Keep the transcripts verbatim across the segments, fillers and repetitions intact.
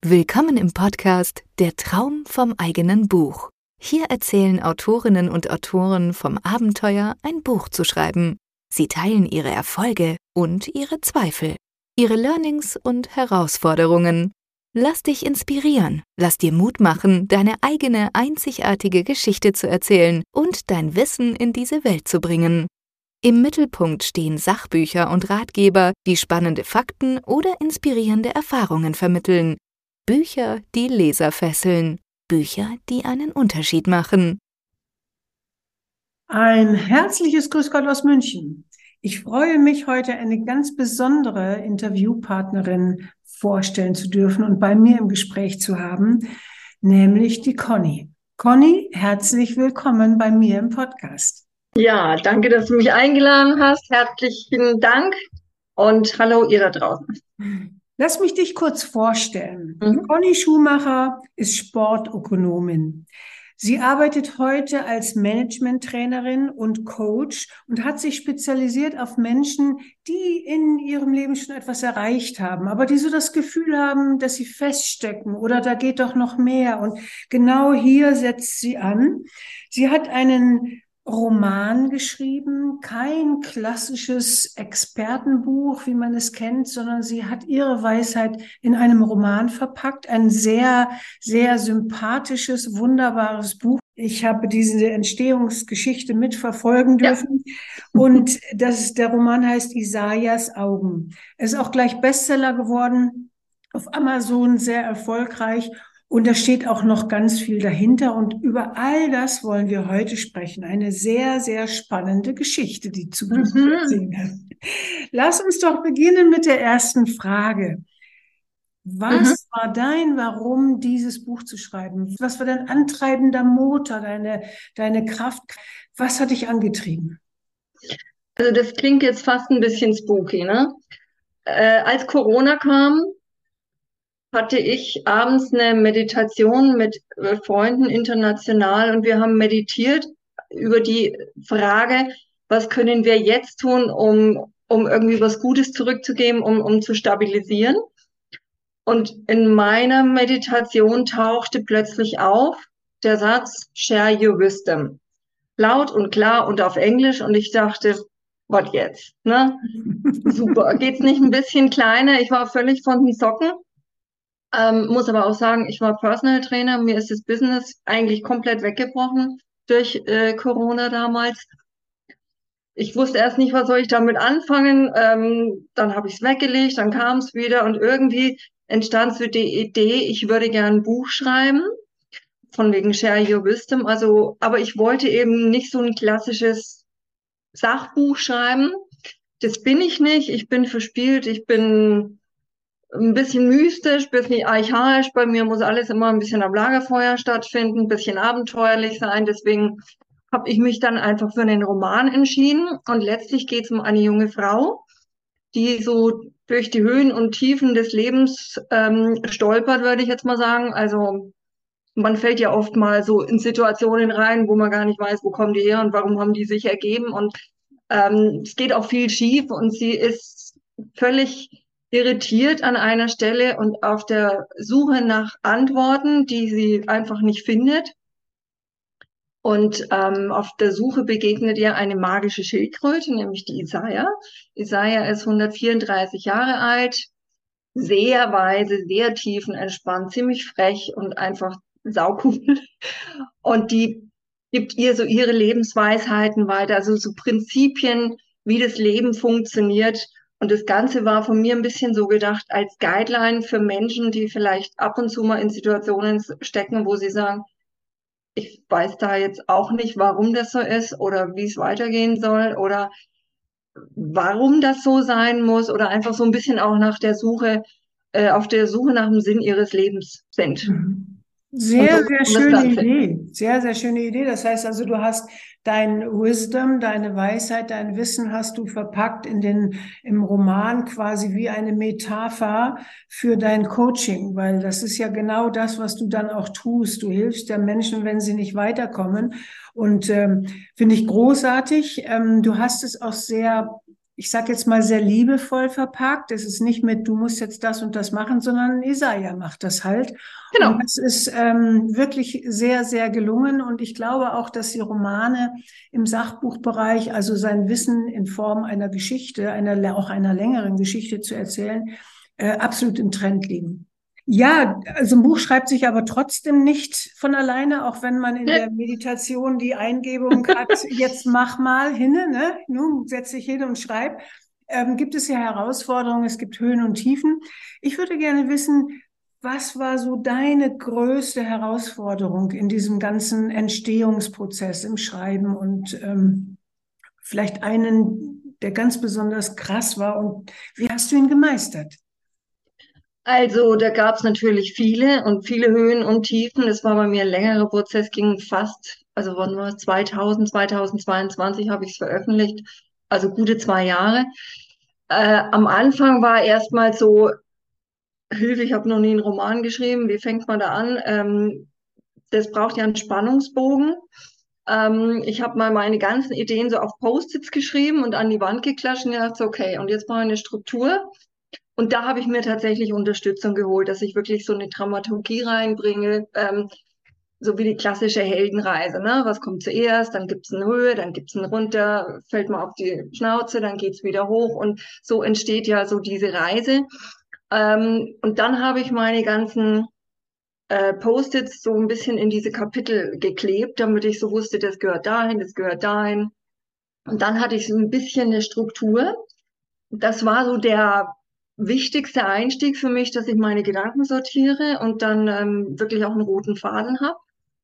Willkommen im Podcast Der Traum vom eigenen Buch. Hier erzählen Autorinnen und Autoren vom Abenteuer, ein Buch zu schreiben. Sie teilen ihre Erfolge und ihre Zweifel, ihre Learnings und Herausforderungen. Lass dich inspirieren, lass dir Mut machen, deine eigene einzigartige Geschichte zu erzählen und dein Wissen in diese Welt zu bringen. Im Mittelpunkt stehen Sachbücher und Ratgeber, die spannende Fakten oder inspirierende Erfahrungen vermitteln. Bücher, die Leser fesseln. Bücher, die einen Unterschied machen. Ein herzliches Grüß Gott aus München. Ich freue mich, heute eine ganz besondere Interviewpartnerin vorstellen zu dürfen und bei mir im Gespräch zu haben, nämlich die Conny. Conny, herzlich willkommen bei mir im Podcast. Ja, danke, dass du mich eingeladen hast. Herzlichen Dank und hallo ihr da draußen. Lass mich dich kurz vorstellen. Mhm. Conny Schumacher ist Sportökonomin. Sie arbeitet heute als Management-Trainerin und Coach und hat sich spezialisiert auf Menschen, die in ihrem Leben schon etwas erreicht haben, aber die so das Gefühl haben, dass sie feststecken oder da geht doch noch mehr. Und genau hier setzt sie an. Sie hat einen Roman geschrieben, kein klassisches Expertenbuch, wie man es kennt, sondern sie hat ihre Weisheit in einem Roman verpackt, ein sehr, sehr sympathisches, wunderbares Buch. Ich habe diese Entstehungsgeschichte mitverfolgen dürfen. Ja. Und das, der Roman heißt Isaias Augen. Es ist auch gleich Bestseller geworden, auf Amazon sehr erfolgreich. Und da steht auch noch ganz viel dahinter. Und über all das wollen wir heute sprechen. Eine sehr, sehr spannende Geschichte, die zu mhm. erzählen hat. Lass uns doch beginnen mit der ersten Frage. Was mhm. war dein Warum, dieses Buch zu schreiben? Was war dein antreibender Motor, deine, deine Kraft? Was hat dich angetrieben? Also das klingt jetzt fast ein bisschen spooky, ne? Äh, als Corona kam, hatte ich abends eine Meditation mit Freunden international und wir haben meditiert über die Frage, was können wir jetzt tun, um, um irgendwie was Gutes zurückzugeben, um, um zu stabilisieren. Und in meiner Meditation tauchte plötzlich auf der Satz, share your wisdom. Laut und klar und auf Englisch und ich dachte, was jetzt? Ne? Super, geht's nicht ein bisschen kleiner? Ich war völlig von den Socken. Ähm, muss aber auch sagen, ich war Personal Trainer, mir ist das Business eigentlich komplett weggebrochen durch äh, Corona damals. Ich wusste erst nicht, was soll ich damit anfangen, ähm, dann habe ich es weggelegt, dann kam es wieder und irgendwie entstand so die Idee, ich würde gerne ein Buch schreiben, von wegen Share Your Wisdom, also, aber ich wollte eben nicht so ein klassisches Sachbuch schreiben, das bin ich nicht, ich bin verspielt, ich bin ein bisschen mystisch, ein bisschen archaisch. Bei mir muss alles immer ein bisschen am Lagerfeuer stattfinden, ein bisschen abenteuerlich sein. Deswegen habe ich mich dann einfach für einen Roman entschieden. Und letztlich geht es um eine junge Frau, die so durch die Höhen und Tiefen des Lebens ähm, stolpert, würde ich jetzt mal sagen. Also man fällt ja oft mal so in Situationen rein, wo man gar nicht weiß, wo kommen die her und warum haben die sich ergeben. Und ähm, es geht auch viel schief und sie ist völlig irritiert an einer Stelle und auf der Suche nach Antworten, die sie einfach nicht findet. Und ähm, auf der Suche begegnet ihr eine magische Schildkröte, nämlich die Isaiah. Isaiah ist hundertvierunddreißig Jahre alt, sehr weise, sehr tiefenentspannt, ziemlich frech und einfach saucool. Und die gibt ihr so ihre Lebensweisheiten weiter, also so Prinzipien, wie das Leben funktioniert. Und das Ganze war von mir ein bisschen so gedacht als Guideline für Menschen, die vielleicht ab und zu mal in Situationen stecken, wo sie sagen, ich weiß da jetzt auch nicht, warum das so ist oder wie es weitergehen soll oder warum das so sein muss oder einfach so ein bisschen auch nach der Suche, äh, auf der Suche nach dem Sinn ihres Lebens sind. Mhm. Sehr, so sehr schöne Idee. Sehr, sehr schöne Idee. Das heißt also, du hast dein Wisdom, deine Weisheit, dein Wissen hast du verpackt in den, im Roman quasi wie eine Metapher für dein Coaching, weil das ist ja genau das, was du dann auch tust. Du hilfst ja Menschen, wenn sie nicht weiterkommen. Und ähm, finde ich großartig. Ähm, du hast es auch sehr ich sage jetzt mal, sehr liebevoll verpackt. Es ist nicht mit, du musst jetzt das und das machen, sondern Isaiah macht das halt. Und Genau. das ist ähm, wirklich sehr, sehr gelungen. Und ich glaube auch, dass die Romane im Sachbuchbereich, also sein Wissen in Form einer Geschichte, einer, auch einer längeren Geschichte zu erzählen, äh, absolut im Trend liegen. Ja, also ein Buch schreibt sich aber trotzdem nicht von alleine, auch wenn man in der Meditation die Eingebung hat, jetzt mach mal hin, ne? Nun setz dich hin und schreib. Ähm, gibt es ja Herausforderungen, es gibt Höhen und Tiefen. Ich würde gerne wissen, was war so deine größte Herausforderung in diesem ganzen Entstehungsprozess im Schreiben und ähm, vielleicht einen, der ganz besonders krass war und wie hast du ihn gemeistert? Also da gab es natürlich viele und viele Höhen und Tiefen. Das war bei mir ein längerer Prozess, ging fast, also wann war es, zweitausend, zweitausendzweiundzwanzig habe ich es veröffentlicht, also gute zwei Jahre. Äh, am Anfang war erstmal so, Hilfe, ich habe noch nie einen Roman geschrieben, wie fängt man da an? Ähm, das braucht ja einen Spannungsbogen. Ähm, ich habe mal meine ganzen Ideen so auf Post-its geschrieben und an die Wand geklatscht und gedacht, so, okay, und jetzt brauche ich eine Struktur. Und da habe ich mir tatsächlich Unterstützung geholt, dass ich wirklich so eine Dramaturgie reinbringe, ähm, so wie die klassische Heldenreise. Ne? Was kommt zuerst? Dann gibt's eine Höhe, dann gibt's einen runter, fällt man auf die Schnauze, dann geht's wieder hoch. Und so entsteht ja so diese Reise. Ähm, und dann habe ich meine ganzen äh, Post-its so ein bisschen in diese Kapitel geklebt, damit ich so wusste, das gehört dahin, das gehört dahin. Und dann hatte ich so ein bisschen eine Struktur. Das war so der wichtigste Einstieg für mich, dass ich meine Gedanken sortiere und dann ähm, wirklich auch einen roten Faden habe.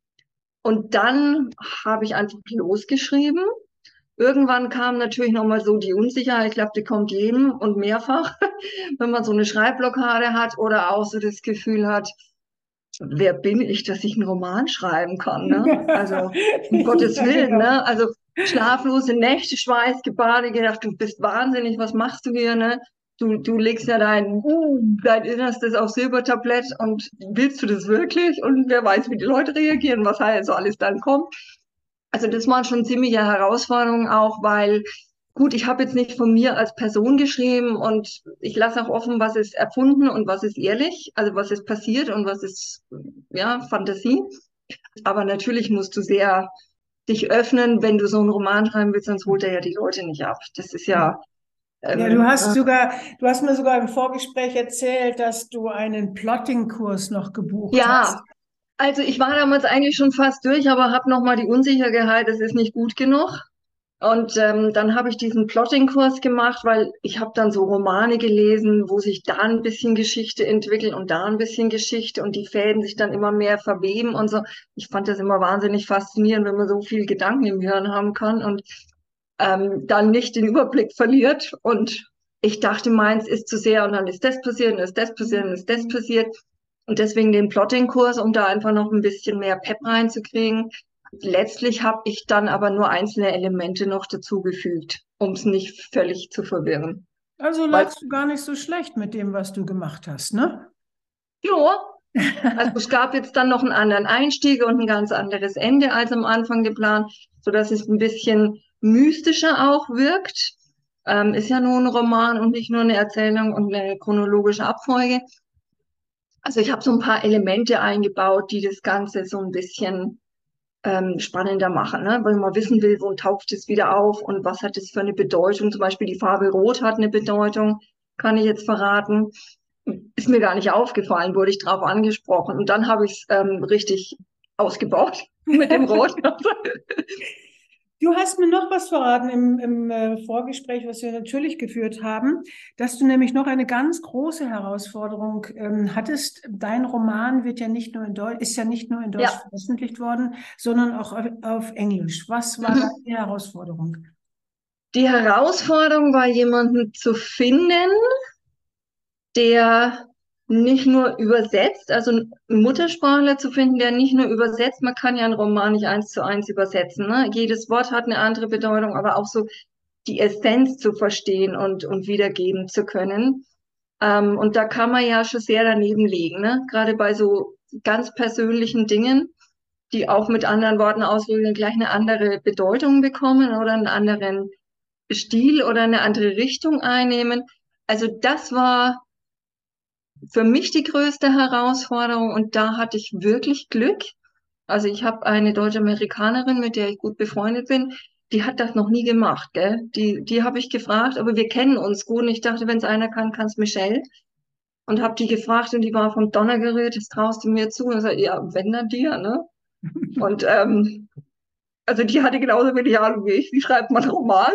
Und dann habe ich einfach losgeschrieben. Irgendwann kam natürlich nochmal so die Unsicherheit, ich glaube, die kommt jedem und mehrfach, wenn man so eine Schreibblockade hat oder auch so das Gefühl hat, wer bin ich, dass ich einen Roman schreiben kann, ne? Also, um Gottes Ja, Willen, genau. ne? Also, schlaflose Nächte, schweißgebadet, gedacht, du bist wahnsinnig, was machst du hier, ne? Du, du legst ja dein, dein Innerstes auf Silbertablett und willst du das wirklich? Und wer weiß, wie die Leute reagieren, was halt so alles dann kommt. Also, das waren schon ziemliche Herausforderungen auch, weil gut, ich habe jetzt nicht von mir als Person geschrieben und ich lasse auch offen, was ist erfunden und was ist ehrlich, also was ist passiert und was ist, ja, Fantasie. Aber natürlich musst du sehr dich öffnen, wenn du so einen Roman schreiben willst, sonst holt er ja die Leute nicht ab. Das ist ja, Ja, du ähm, hast sogar, du hast mir sogar im Vorgespräch erzählt, dass du einen Plotting-Kurs noch gebucht hast. ja, also ich war damals eigentlich schon fast durch, aber habe nochmal die Unsicherheit, es ist nicht gut genug. Und ähm, dann habe ich diesen Plotting-Kurs gemacht, weil ich habe dann so Romane gelesen, wo sich da ein bisschen Geschichte entwickelt und da ein bisschen Geschichte und die Fäden sich dann immer mehr verweben und so. Ich fand das immer wahnsinnig faszinierend, wenn man so viel Gedanken im Hirn haben kann und ähm, dann nicht den Überblick verliert. Und ich dachte, meins ist zu sehr und dann ist das passiert und ist das passiert und ist das passiert. Und deswegen den Plotting-Kurs, um da einfach noch ein bisschen mehr Pep reinzukriegen. Letztlich habe ich dann aber nur einzelne Elemente noch dazugefügt, um es nicht völlig zu verwirren. Also Weil, lagst du gar nicht so schlecht mit dem, was du gemacht hast, ne? ja, also es gab jetzt dann noch einen anderen Einstieg und ein ganz anderes Ende als am Anfang geplant, sodass es ein bisschen mystischer auch wirkt. Ähm, ist ja nur ein Roman und nicht nur eine Erzählung und eine chronologische Abfolge. Also ich habe so ein paar Elemente eingebaut, die das Ganze so ein bisschen ähm, spannender machen, ne? Weil man wissen will, wo taucht es wieder auf und was hat es für eine Bedeutung. Zum Beispiel die Farbe Rot hat eine Bedeutung, kann ich jetzt verraten. Ist mir gar nicht aufgefallen, wurde ich drauf angesprochen. Und dann habe ich es ähm, richtig ausgebaut mit dem Rot. Du hast mir noch was verraten im, im äh, Vorgespräch, was wir natürlich geführt haben, dass du nämlich noch eine ganz große Herausforderung ähm, hattest. Dein Roman wird ja nicht nur in Deutsch, ist ja nicht nur in Deutsch Ja. veröffentlicht worden, sondern auch auf, auf Englisch. Was war da Mhm. die Herausforderung? Die Herausforderung war, jemanden zu finden, der nicht nur übersetzt, also einen Muttersprachler zu finden, der nicht nur übersetzt, man kann ja einen Roman nicht eins zu eins übersetzen, ne? Jedes Wort hat eine andere Bedeutung, aber auch so die Essenz zu verstehen und, und wiedergeben zu können. Ähm, und da kann man ja schon sehr daneben liegen, ne? Gerade bei so ganz persönlichen Dingen, die auch mit anderen Worten ausdrücken, gleich eine andere Bedeutung bekommen oder einen anderen Stil oder eine andere Richtung einnehmen. Also das war für mich die größte Herausforderung und da hatte ich wirklich Glück. Also ich habe eine Deutsch-Amerikanerin, mit der ich gut befreundet bin, die hat das noch nie gemacht, gell? Die, die habe ich gefragt, aber wir kennen uns gut und ich dachte, wenn es einer kann, kann es Michelle. Und habe die gefragt und die war vom Donner gerührt, das traust du mir zu? Und ich sag, ja, wenn dann dir, ne? Und ähm, also die hatte genauso wenig Ahnung wie ich, wie schreibt man einen Roman?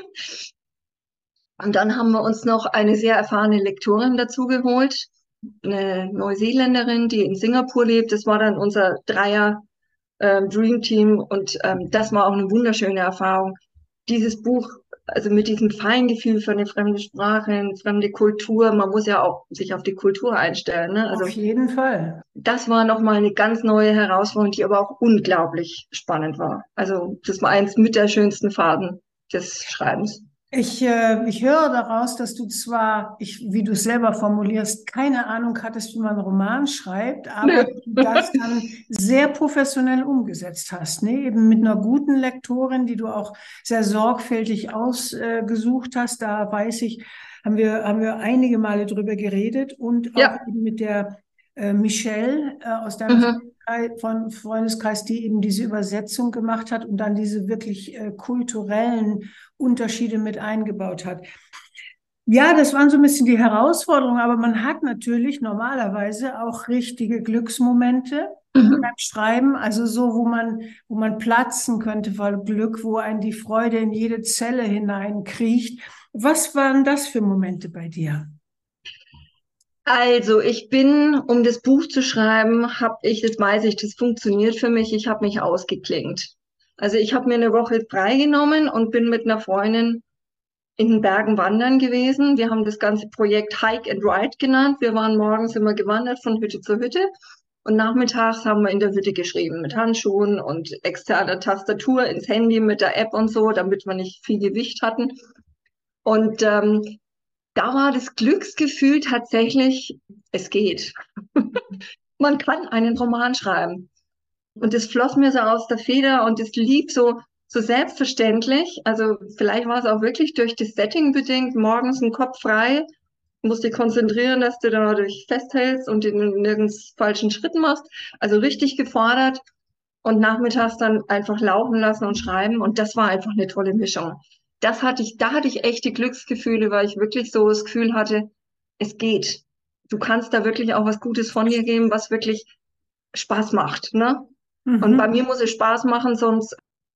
Und dann haben wir uns noch eine sehr erfahrene Lektorin dazu geholt, eine Neuseeländerin, die in Singapur lebt. Das war dann unser Dreier ähm, Dream Team und ähm, das war auch eine wunderschöne Erfahrung. Dieses Buch, also mit diesem Feingefühl für eine fremde Sprache, eine fremde Kultur, man muss ja auch sich auf die Kultur einstellen, ne? Auf Also jeden Fall. das war nochmal eine ganz neue Herausforderung, die aber auch unglaublich spannend war. Also das war eins mit der schönsten Phasen des Schreibens. Ich, äh, ich höre daraus, dass du zwar, ich, wie du es selber formulierst, keine Ahnung hattest, wie man einen Roman schreibt, aber Nö. du das dann sehr professionell umgesetzt hast, ne? Eben mit einer guten Lektorin, die du auch sehr sorgfältig ausgesucht hast. Da weiß ich, haben wir, haben wir einige Male drüber geredet und auch Ja. eben mit der äh, Michelle äh, aus deinem Mhm. von Freundeskreis, die eben diese Übersetzung gemacht hat und dann diese wirklich äh, kulturellen Unterschiede mit eingebaut hat. Ja, das waren so ein bisschen die Herausforderungen, aber man hat natürlich normalerweise auch richtige Glücksmomente beim Mhm. Schreiben, also so, wo man, wo man platzen könnte vor Glück, wo einen die Freude in jede Zelle hineinkriecht. Was waren das für Momente bei dir? Also ich bin, um das Buch zu schreiben, habe ich, das weiß ich, das funktioniert für mich, ich habe mich ausgeklingt. Also ich habe mir eine Woche freigenommen und bin mit einer Freundin in den Bergen wandern gewesen. Wir haben das ganze Projekt Hike and Ride genannt. Wir waren morgens immer gewandert von Hütte zu Hütte und nachmittags haben wir in der Hütte geschrieben mit Handschuhen und externer Tastatur ins Handy mit der App und so, damit wir nicht viel Gewicht hatten. Und ähm, da war das Glücksgefühl tatsächlich, es geht. Man kann einen Roman schreiben. Und es floss mir so aus der Feder und es lief so, so selbstverständlich. Also vielleicht war es auch wirklich durch das Setting bedingt, morgens ein Kopf frei, musst dich konzentrieren, dass du da dich festhältst und den nirgends falschen Schritt machst. Also richtig gefordert und nachmittags dann einfach laufen lassen und schreiben. Und das war einfach eine tolle Mischung. Das hatte ich, da hatte ich echte Glücksgefühle, weil ich wirklich so das Gefühl hatte, es geht. Du kannst da wirklich auch was Gutes von dir geben, was wirklich Spaß macht, ne? Und bei Mhm. mir muss es Spaß machen, sonst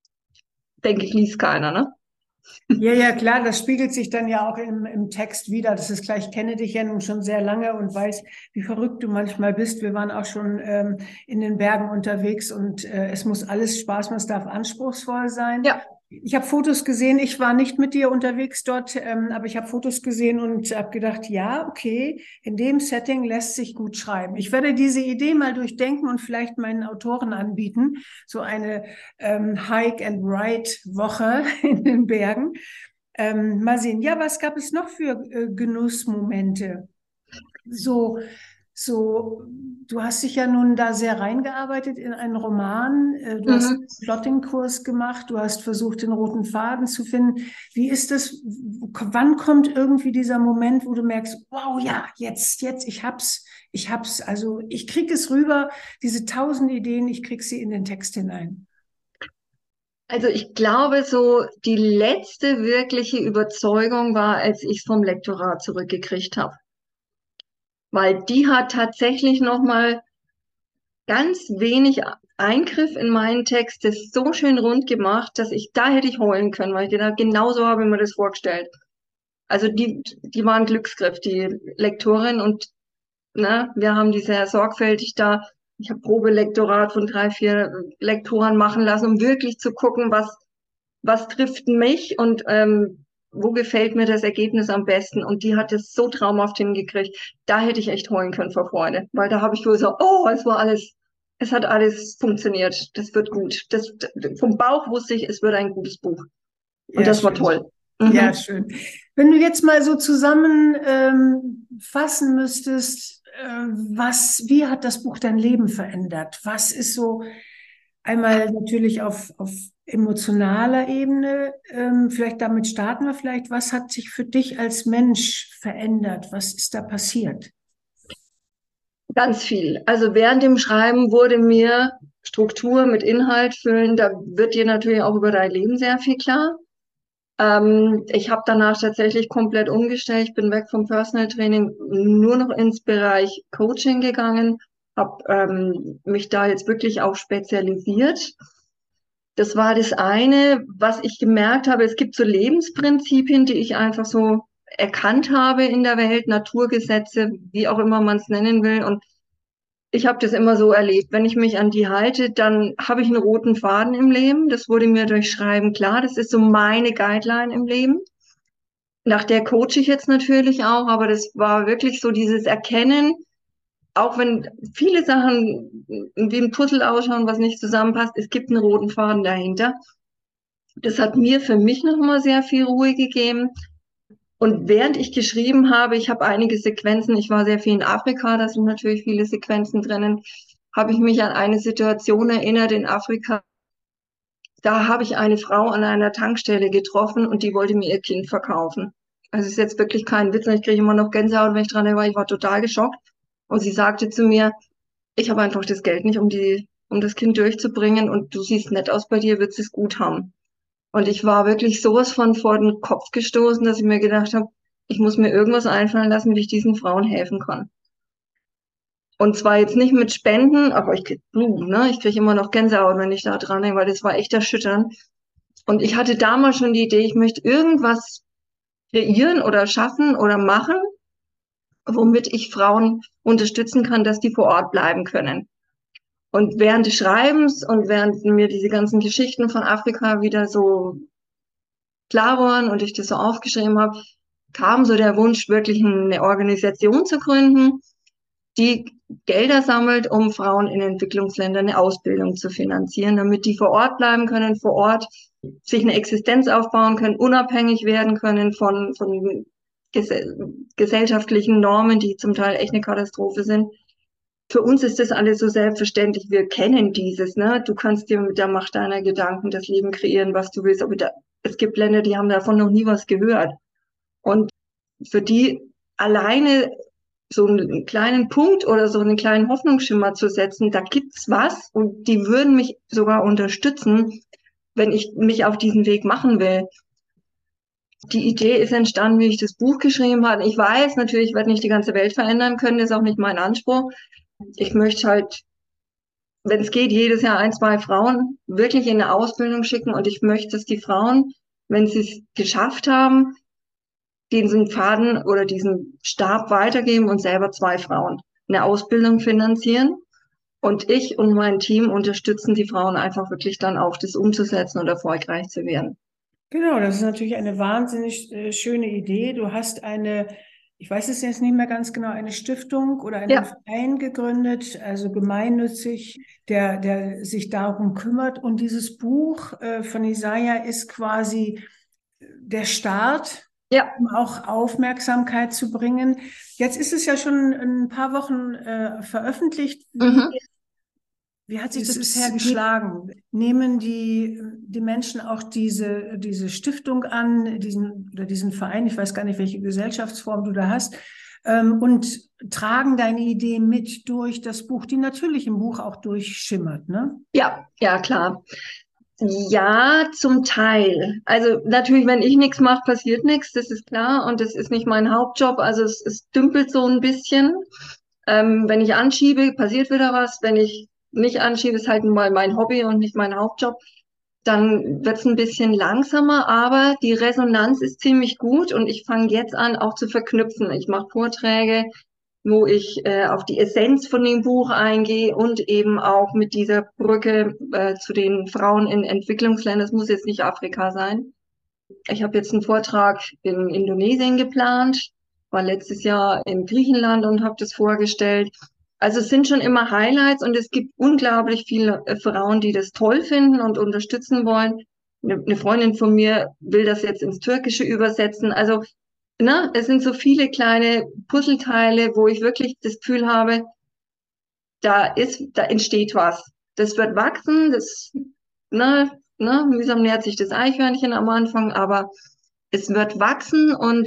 denke ich, liest keiner, ne? Ja, ja, klar, das spiegelt sich dann ja auch im, im Text wieder. Das ist gleich, ich kenne dich ja nun schon sehr lange und weiß, wie verrückt du manchmal bist. Wir waren auch schon ähm, in den Bergen unterwegs und äh, es muss alles Spaß machen, es darf anspruchsvoll sein. Ja, Ich habe Fotos gesehen, ich war nicht mit dir unterwegs dort, ähm, aber ich habe Fotos gesehen und habe gedacht, ja, okay, in dem Setting lässt sich gut schreiben. Ich werde diese Idee mal durchdenken und vielleicht meinen Autoren anbieten, so eine ähm, Hike-and-Ride-Woche in den Bergen. Ähm, mal sehen. Ja, was gab es noch für äh, Genussmomente? So, so, du hast dich ja nun da sehr reingearbeitet in einen Roman. Äh, Du hast mhm. einen Plotting-Kurs gemacht. Du hast versucht, den roten Faden zu finden. Wie ist das? Wann kommt irgendwie dieser Moment, wo du merkst, wow, ja, jetzt, jetzt, ich hab's, ich hab's. Also, ich krieg es rüber, diese tausend Ideen, ich krieg sie in den Text hinein. Also ich glaube, so die letzte wirkliche Überzeugung war, als ich es vom Lektorat zurückgekriegt habe. Weil die hat tatsächlich nochmal ganz wenig Eingriff in meinen Text, das so schön rund gemacht, dass ich, da hätte ich heulen können, weil ich gedacht, genau so habe ich mir das vorgestellt. Also die, die waren Glücksgriff, die Lektorin und ne, wir haben die sehr sorgfältig da. Ich habe Probelektorat von drei, vier Lektoren machen lassen, um wirklich zu gucken, was, was trifft mich und ähm, wo gefällt mir das Ergebnis am besten. Und die hat es so traumhaft hingekriegt. Da hätte ich echt heulen können vor Freude, weil da habe ich gesagt, oh, es war alles, es hat alles funktioniert. Das wird gut. Das, vom Bauch wusste ich, es wird ein gutes Buch. Und Ja, das war schön. toll. Ja, Mhm. schön. Wenn du jetzt mal so zusammen ähm, fassen müsstest, äh, was, wie hat das Buch dein Leben verändert? Was ist so einmal natürlich auf, auf emotionaler Ebene, ähm, vielleicht damit starten wir vielleicht, was hat sich für dich als Mensch verändert? Was ist da passiert? Ganz viel. Also während dem Schreiben wurde mir Struktur mit Inhalt füllen. Da wird dir natürlich auch über dein Leben sehr viel klar. Ähm, ich habe danach tatsächlich komplett umgestellt. Ich bin weg vom Personal Training, nur noch ins Bereich Coaching gegangen, habe ähm, mich da jetzt wirklich auch spezialisiert. Das war das eine, was ich gemerkt habe. Es gibt so Lebensprinzipien, die ich einfach so erkannt habe in der Welt, Naturgesetze, wie auch immer man es nennen will. Und ich habe das immer so erlebt. Wenn ich mich an die halte, dann habe ich einen roten Faden im Leben. Das wurde mir durch Schreiben klar. Das ist so meine Guideline im Leben. Nach der coache ich jetzt natürlich auch, aber das war wirklich so dieses Erkennen, auch wenn viele Sachen wie ein Puzzle ausschauen, was nicht zusammenpasst, es gibt einen roten Faden dahinter. Das hat mir für mich nochmal sehr viel Ruhe gegeben. Und während ich geschrieben habe, ich habe einige Sequenzen, ich war sehr viel in Afrika, da sind natürlich viele Sequenzen drinnen, habe ich mich an eine Situation erinnert in Afrika. Da habe ich eine Frau an einer Tankstelle getroffen und die wollte mir ihr Kind verkaufen. Also es ist jetzt wirklich kein Witz, ich kriege immer noch Gänsehaut, wenn ich dran denke, ich war total geschockt. Und sie sagte zu mir, ich habe einfach das Geld nicht, um die, um das Kind durchzubringen und du siehst nett aus bei dir, würdest es gut haben. Und ich war wirklich sowas von vor den Kopf gestoßen, dass ich mir gedacht habe, ich muss mir irgendwas einfallen lassen, wie ich diesen Frauen helfen kann. Und zwar jetzt nicht mit Spenden, aber ich krieg Blumen, ne? Ich kriege immer noch Gänsehaut, wenn ich da dran denke, weil das war echt erschütternd. Und ich hatte damals schon die Idee, ich möchte irgendwas kreieren oder schaffen oder machen, womit ich Frauen unterstützen kann, dass die vor Ort bleiben können. Und während des Schreibens und während mir diese ganzen Geschichten von Afrika wieder so klar waren und ich das so aufgeschrieben habe, kam so der Wunsch, wirklich eine Organisation zu gründen, die Gelder sammelt, um Frauen in Entwicklungsländern eine Ausbildung zu finanzieren, damit die vor Ort bleiben können, vor Ort sich eine Existenz aufbauen können, unabhängig werden können von, von ges gesellschaftlichen Normen, die zum Teil echt eine Katastrophe sind. Für uns ist das alles so selbstverständlich. Wir kennen dieses, ne? Du kannst dir mit der Macht deiner Gedanken das Leben kreieren, was du willst. Aber da, es gibt Länder, die haben davon noch nie was gehört. Und für die alleine so einen kleinen Punkt oder so einen kleinen Hoffnungsschimmer zu setzen, da gibt's was und die würden mich sogar unterstützen, wenn ich mich auf diesen Weg machen will. Die Idee ist entstanden, wie ich das Buch geschrieben habe. Ich weiß natürlich, ich werde nicht die ganze Welt verändern können, das ist auch nicht mein Anspruch. Ich möchte halt, wenn es geht, jedes Jahr ein, zwei Frauen wirklich in eine Ausbildung schicken und ich möchte, dass die Frauen, wenn sie es geschafft haben, diesen Faden oder diesen Stab weitergeben und selber zwei Frauen eine Ausbildung finanzieren. Und ich und mein Team unterstützen die Frauen einfach wirklich dann auch, das umzusetzen und erfolgreich zu werden. Genau, das ist natürlich eine wahnsinnig äh, schöne Idee. Du hast eine, ich weiß es jetzt nicht mehr ganz genau, eine Stiftung oder einen Ja. Verein gegründet, also gemeinnützig, der, der sich darum kümmert. Und dieses Buch äh, von Isaiah ist quasi der Start, Ja. um auch Aufmerksamkeit zu bringen. Jetzt ist es ja schon ein paar Wochen äh, veröffentlicht. Wie, Mhm. wie hat sich das bisher geschlagen? Nehmen die, die Menschen auch diese, diese Stiftung an, diesen, oder diesen Verein, ich weiß gar nicht, welche Gesellschaftsform du da hast, ähm, und tragen deine Idee mit durch das Buch, die natürlich im Buch auch durchschimmert, ne? Ja, ja, klar. Ja, zum Teil. Also natürlich, wenn ich nichts mache, passiert nichts, das ist klar. Und das ist nicht mein Hauptjob. Also es, es dümpelt so ein bisschen. Ähm, wenn ich anschiebe, passiert wieder was. Wenn ich nicht anschiebe, ist halt mal mein Hobby und nicht mein Hauptjob. Dann wird es ein bisschen langsamer, aber die Resonanz ist ziemlich gut und ich fange jetzt an, auch zu verknüpfen. Ich mache Vorträge, wo ich äh, auf die Essenz von dem Buch eingehe und eben auch mit dieser Brücke äh, zu den Frauen in Entwicklungsländern. Das muss jetzt nicht Afrika sein. Ich habe jetzt einen Vortrag in Indonesien geplant, war letztes Jahr in Griechenland und habe das vorgestellt. Also es sind schon immer Highlights und es gibt unglaublich viele äh, Frauen, die das toll finden und unterstützen wollen. Eine, eine Freundin von mir will das jetzt ins Türkische übersetzen. Also ne, es sind so viele kleine Puzzleteile, wo ich wirklich das Gefühl habe, da ist, da entsteht was. Das wird wachsen, das, ne, ne, mühsam nährt sich das Eichhörnchen am Anfang, aber es wird wachsen und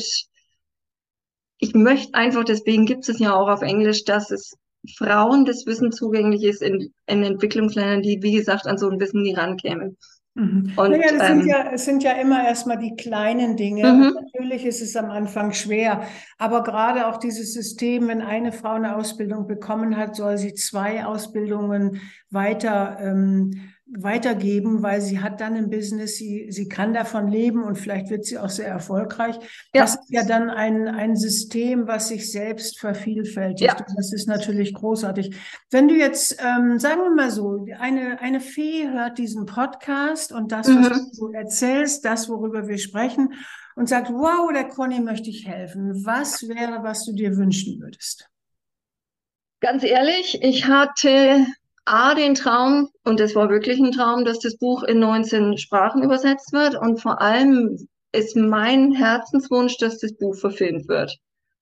ich möchte einfach, deswegen gibt es ja auch auf Englisch, dass es Frauen das Wissen zugänglich ist in, in Entwicklungsländern, die, wie gesagt, an so ein Wissen nie rankämen. Mhm. Und Naja, das sind ähm, ja, es sind ja immer erstmal die kleinen Dinge. Und mhm, natürlich ist es am Anfang schwer. Aber gerade auch dieses System, wenn eine Frau eine Ausbildung bekommen hat, soll sie zwei Ausbildungen weiter, ähm, weitergeben, weil sie hat dann ein Business, sie, sie kann davon leben und vielleicht wird sie auch sehr erfolgreich. Das ja, ist ja dann ein, ein System, was sich selbst vervielfältigt. ja, Und das ist natürlich großartig. Wenn du jetzt, ähm, sagen wir mal so, eine, eine Fee hört diesen Podcast und das, was mhm. du erzählst, das, worüber wir sprechen, und sagt, wow, der Conny möchte ich helfen. Was wäre, was du dir wünschen würdest? Ganz ehrlich, ich hatte A, den Traum, und es war wirklich ein Traum, dass das Buch in neunzehn Sprachen übersetzt wird. Und vor allem ist mein Herzenswunsch, dass das Buch verfilmt wird.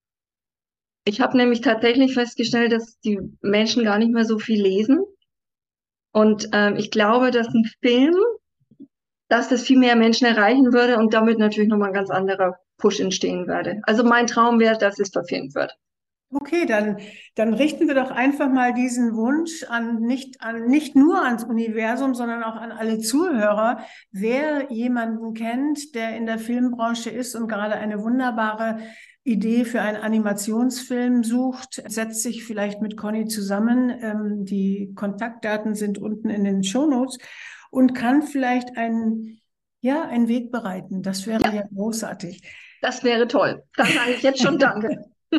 Ich habe nämlich tatsächlich festgestellt, dass die Menschen gar nicht mehr so viel lesen. Und ähm, ich glaube, dass ein Film, dass das viel mehr Menschen erreichen würde und damit natürlich nochmal ein ganz anderer Push entstehen würde. Also mein Traum wäre, dass es verfilmt wird. Okay, dann, dann richten wir doch einfach mal diesen Wunsch an nicht, an nicht nur ans Universum, sondern auch an alle Zuhörer. Wer jemanden kennt, der in der Filmbranche ist und gerade eine wunderbare Idee für einen Animationsfilm sucht, setzt sich vielleicht mit Conny zusammen. Ähm, die Kontaktdaten sind unten in den Shownotes und kann vielleicht einen, ja, einen Weg bereiten. Das wäre Ja, ja großartig. das wäre toll. Dann sage ich jetzt schon Danke.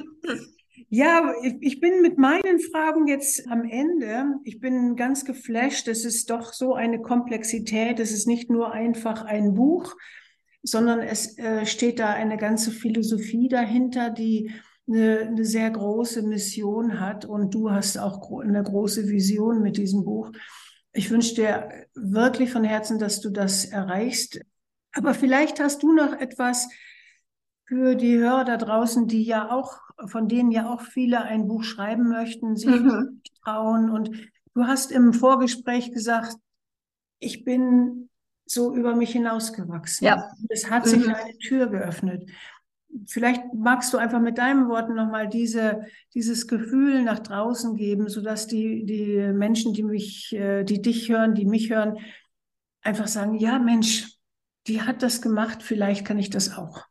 Ja, ich, ich bin mit meinen Fragen jetzt am Ende. Ich bin ganz geflasht. Es ist doch so eine Komplexität. Es ist nicht nur einfach ein Buch, sondern es äh, steht da eine ganze Philosophie dahinter, die eine, eine sehr große Mission hat. Und du hast auch gro eine große Vision mit diesem Buch. Ich wünsche dir wirklich von Herzen, dass du das erreichst. Aber vielleicht hast du noch etwas für die Hörer da draußen, die ja auch, von denen ja auch viele ein Buch schreiben möchten, sich Mhm. nicht trauen. Und du hast im Vorgespräch gesagt, ich bin so über mich hinausgewachsen. Ja. Es hat sich Mhm. eine Tür geöffnet. Vielleicht magst du einfach mit deinen Worten nochmal diese, dieses Gefühl nach draußen geben, sodass die, die Menschen, die mich, äh, die dich hören, die mich hören, einfach sagen, ja, Mensch, die hat das gemacht, vielleicht kann ich das auch.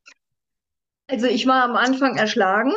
Also ich war am Anfang erschlagen.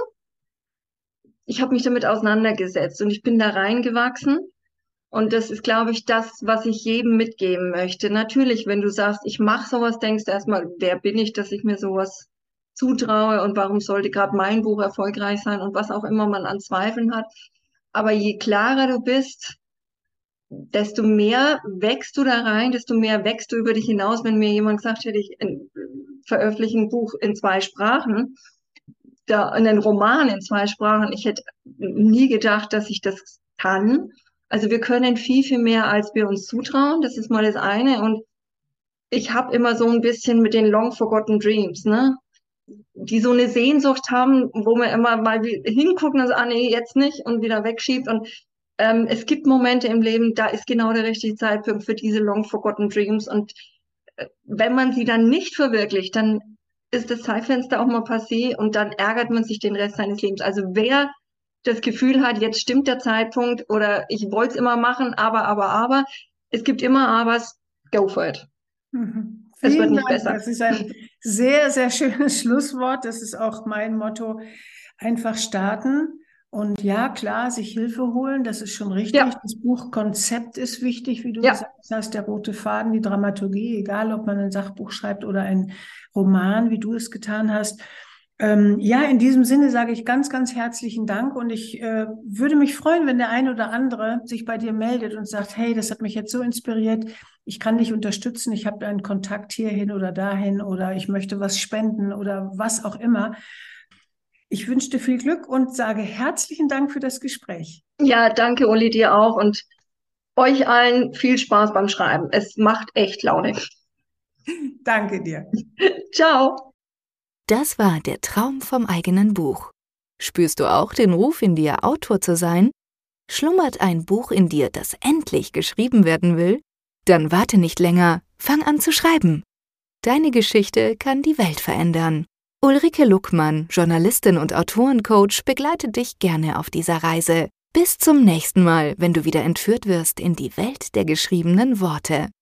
Ich habe mich damit auseinandergesetzt und ich bin da reingewachsen. Und das ist, glaube ich, das, was ich jedem mitgeben möchte. Natürlich, wenn du sagst, ich mache sowas, denkst du erstmal, wer bin ich, dass ich mir sowas zutraue und warum sollte gerade mein Buch erfolgreich sein und was auch immer man an Zweifeln hat. Aber je klarer du bist, desto mehr wächst du da rein, desto mehr wächst du über dich hinaus. Wenn mir jemand gesagt hätte, ich äh, veröffentliche ein Buch in zwei Sprachen, da einen Roman in zwei Sprachen, ich hätte nie gedacht, dass ich das kann. Also wir können viel, viel mehr, als wir uns zutrauen. Das ist mal das eine. Und ich habe immer so ein bisschen mit den Long Forgotten Dreams, ne? Die so eine Sehnsucht haben, wo man immer mal hingucken und sagt, ah nee, jetzt nicht und wieder wegschiebt. Und ähm, es gibt Momente im Leben, da ist genau der richtige Zeitpunkt für diese Long Forgotten Dreams. Und äh, wenn man sie dann nicht verwirklicht, dann ist das Zeitfenster auch mal passé und dann ärgert man sich den Rest seines Lebens. Also wer das Gefühl hat, jetzt stimmt der Zeitpunkt oder ich wollte es immer machen, aber, aber, aber, es gibt immer Abers, go for it. Mhm. Es wird Vielen nicht Dank. besser. Das ist ein sehr, sehr schönes Schlusswort. Das ist auch mein Motto. Einfach starten. Und ja, klar, sich Hilfe holen, das ist schon richtig. Ja, Das Buchkonzept ist wichtig, wie du ja, gesagt hast, der rote Faden, die Dramaturgie, egal ob man ein Sachbuch schreibt oder ein Roman, wie du es getan hast. Ähm, ja, in diesem Sinne sage ich ganz, ganz herzlichen Dank und ich äh, würde mich freuen, wenn der ein oder andere sich bei dir meldet und sagt, hey, das hat mich jetzt so inspiriert, ich kann dich unterstützen, ich habe einen Kontakt hierhin oder dahin oder ich möchte was spenden oder was auch immer. Ich wünsche dir viel Glück und sage herzlichen Dank für das Gespräch. ja, danke Uli, dir auch und euch allen viel Spaß beim Schreiben. Es macht echt Laune. Danke dir. Ciao. Das war der Traum vom eigenen Buch. Spürst du auch den Ruf in dir, Autor zu sein? Schlummert ein Buch in dir, das endlich geschrieben werden will? Dann warte nicht länger, fang an zu schreiben. Deine Geschichte kann die Welt verändern. Ulrike Luckmann, Journalistin und Autorencoach, begleitet dich gerne auf dieser Reise. Bis zum nächsten Mal, wenn du wieder entführt wirst in die Welt der geschriebenen Worte.